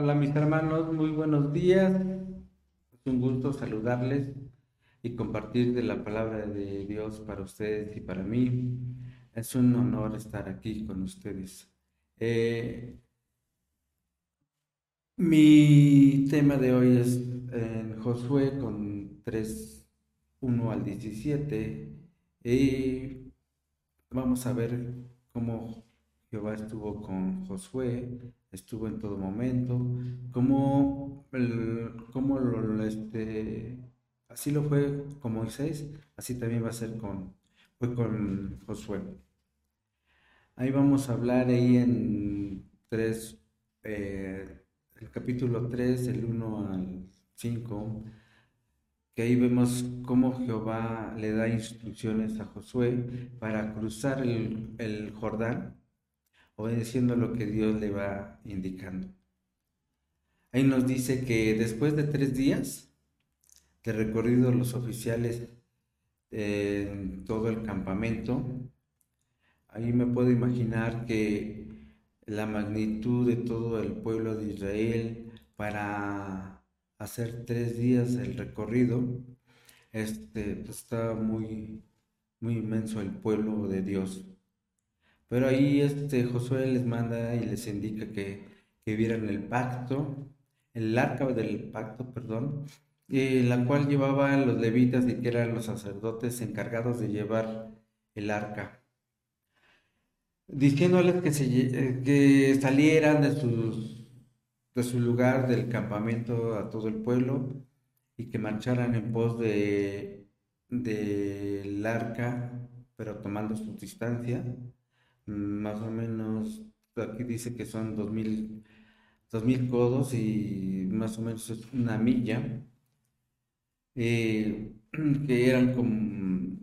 Hola mis hermanos, muy buenos días. Es un gusto saludarles y compartir de la palabra de Dios para ustedes y para mí. Es un honor estar aquí con ustedes. Eh, Mi tema de hoy es en Josué con 3:1 al 17 y vamos a ver cómo Jehová estuvo con Josué, estuvo en todo momento, así lo fue con Moisés, así también va a ser fue con Josué. Ahí vamos a hablar ahí en 3, el capítulo 3 el 1 al 5, que ahí vemos cómo Jehová le da instrucciones a Josué para cruzar el Jordán, obedeciendo lo que Dios le va indicando. Ahí nos dice que después de 3 días de recorrido los oficiales en todo el campamento, ahí me puedo imaginar que la magnitud de todo el pueblo de Israel para hacer 3 días el recorrido, pues está muy inmenso el pueblo de Dios. Pero ahí Josué les manda y les indica que vieran el pacto, el arca del pacto, perdón, la cual llevaban los levitas y que eran los sacerdotes encargados de llevar el arca, diciéndoles que salieran de su lugar del campamento a todo el pueblo y que marcharan en pos del arca, pero tomando su distancia, más o menos, aquí dice que son 2000 codos y más o menos es una milla, que eran como,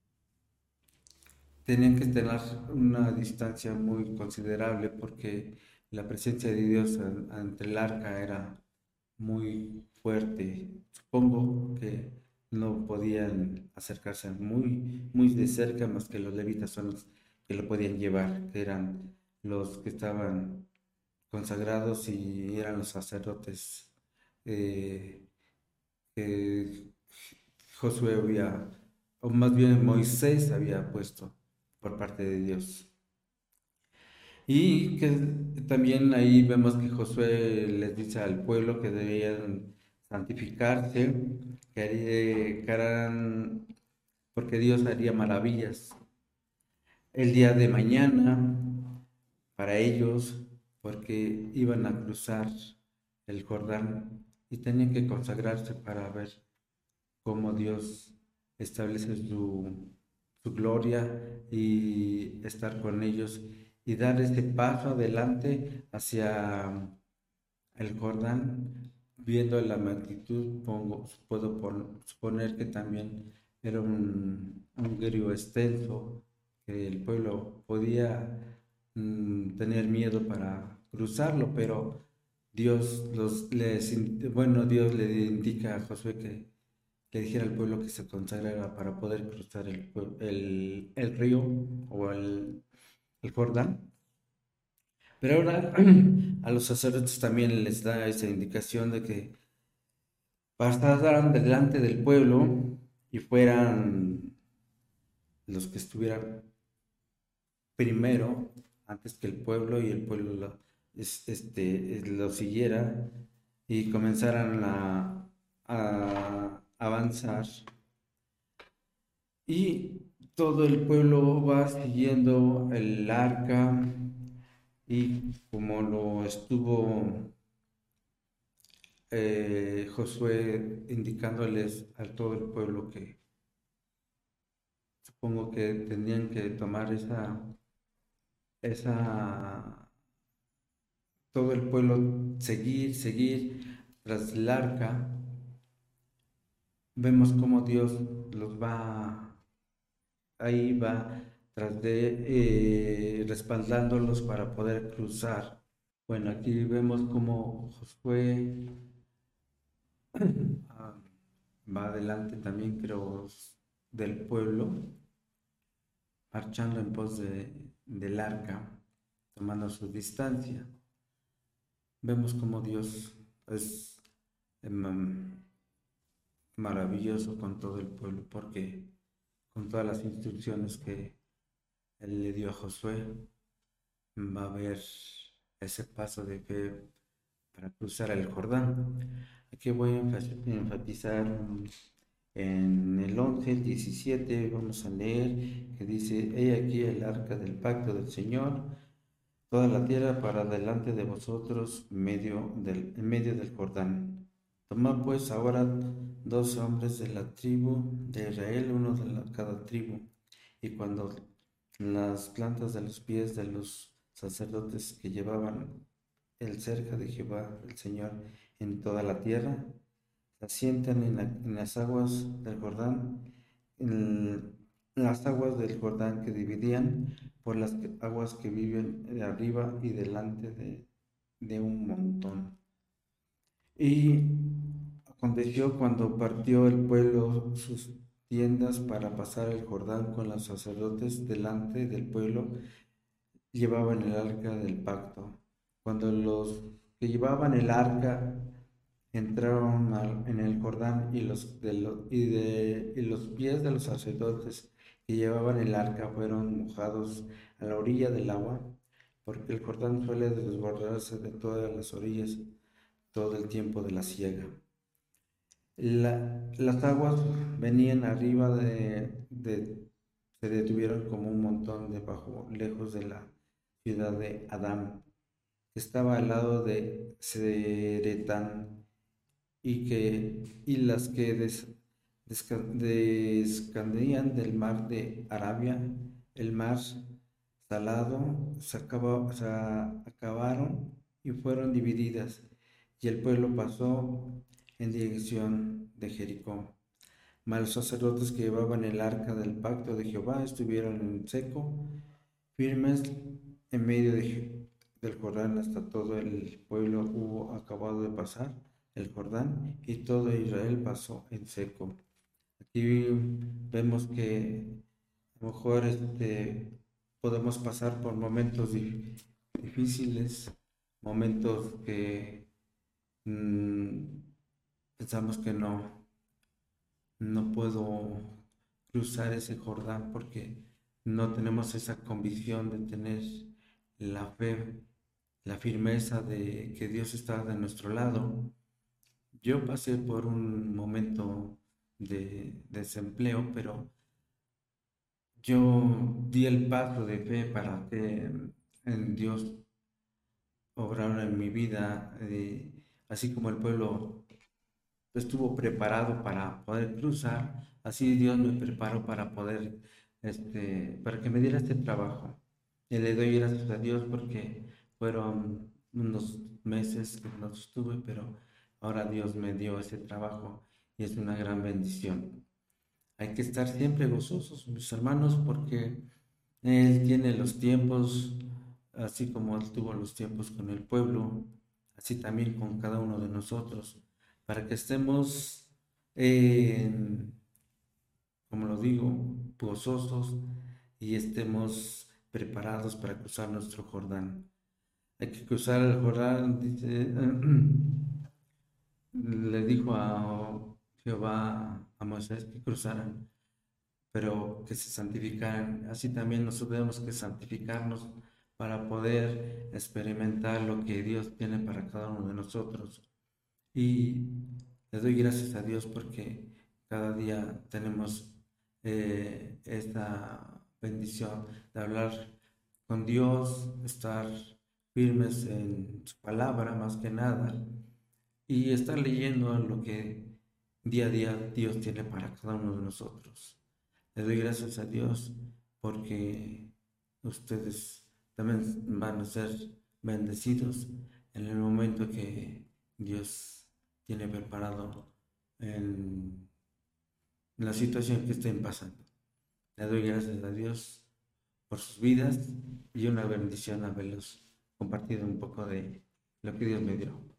tenían que tener una distancia muy considerable porque la presencia de Dios ante el arca era muy fuerte. Supongo que no podían acercarse muy de cerca, más que los levitas son los que lo podían llevar, que eran los que estaban consagrados y eran los sacerdotes, eh, que Josué había, o más bien Moisés había puesto por parte de Dios. Y que también ahí vemos que Josué les dice al pueblo que debían santificarse, que harán, porque Dios haría maravillas el día de mañana para ellos, porque iban a cruzar el Jordán y tenían que consagrarse para ver cómo Dios establece su gloria y estar con ellos y dar ese paso adelante hacia el Jordán, viendo la magnitud, puedo suponer que también era un río extenso, que el pueblo podía tener miedo para cruzarlo, pero Dios le indica a Josué que le dijera al pueblo que se consagrara para poder cruzar el río o el Jordán. Pero ahora a los sacerdotes también les da esa indicación de que pasaran delante del pueblo y fueran los que estuvieran primero antes que el pueblo, y el pueblo lo siguiera y comenzaran a avanzar, y todo el pueblo va siguiendo el arca, y como lo estuvo Josué indicándoles a todo el pueblo que supongo que tenían que tomar esa, todo el pueblo seguir tras el arca. Vemos cómo Dios los va, ahí va tras respaldándolos para poder cruzar. Bueno, aquí vemos cómo Josué ah, va adelante también, creo, del pueblo, marchando en pos del arca, tomando su distancia. vemos como Dios es em, maravilloso con todo el pueblo, porque con todas las instrucciones que él le dio a Josué, va a haber ese paso de fe para cruzar el Jordán. Aquí voy a enfatizar en el 11, el 17, vamos a leer que dice: He aquí el arca del pacto del Señor, toda la tierra para delante de vosotros en medio del Jordán. Tomad pues ahora 12 hombres de la tribu de Israel, uno de cada tribu, y cuando las plantas de los pies de los sacerdotes que llevaban el cerca de Jehová, el Señor, en toda la tierra, se asientan en las aguas del Jordán, en las aguas del Jordán que dividían por las aguas que viven de arriba y delante de un montón. Y aconteció cuando partió el pueblo sus tiendas para pasar el Jordán con los sacerdotes delante del pueblo, llevaban el arca del pacto. Cuando los que llevaban el arca entraron en el Jordán y los pies de los sacerdotes que llevaban el arca fueron mojados a la orilla del agua, porque el Jordán suele desbordarse de todas las orillas todo el tiempo de la siega. Las aguas venían arriba se detuvieron como un montón debajo, lejos de la ciudad de Adán, que estaba al lado de Zeretán, y las que descendían del mar de Arabia, el mar salado, se acabaron y fueron divididas, y el pueblo pasó en dirección de Jericó. Mas los sacerdotes que llevaban el arca del pacto de Jehová estuvieron en seco, firmes en medio del Jordán, hasta todo el pueblo hubo acabado de pasar el Jordán, y todo Israel pasó en seco. Aquí vemos que a lo mejor podemos pasar por momentos difíciles, momentos que mm, pensamos que no puedo cruzar ese Jordán porque no tenemos esa convicción de tener la fe, la firmeza de que Dios está de nuestro lado. Yo pasé por un momento de desempleo, pero yo di el paso de fe para que en Dios obrara en mi vida, así como el pueblo estuvo preparado para poder cruzar, así Dios me preparó para poder, para que me diera este trabajo. Y le doy gracias a Dios porque fueron unos meses que no estuve, pero ahora Dios me dio ese trabajo y es una gran bendición. Hay que estar siempre gozosos, mis hermanos, porque Él tiene los tiempos, así como Él tuvo los tiempos con el pueblo, así también con cada uno de nosotros, para que estemos, como lo digo, gozosos y estemos preparados para cruzar nuestro Jordán. Hay que cruzar el Jordán, dice, le dijo a Jehová a Moisés que cruzaran, pero que se santificaran. Así también nosotros tenemos que santificarnos para poder experimentar lo que Dios tiene para cada uno de nosotros. Y le doy gracias a Dios porque cada día tenemos esta bendición de hablar con Dios, estar firmes en su palabra más que nada, y estar leyendo lo que día a día Dios tiene para cada uno de nosotros. Le doy gracias a Dios porque ustedes también van a ser bendecidos en el momento que Dios tiene preparado en la situación que estén pasando. Le doy gracias a Dios por sus vidas y una bendición haberlos compartido un poco de lo que Dios me dio.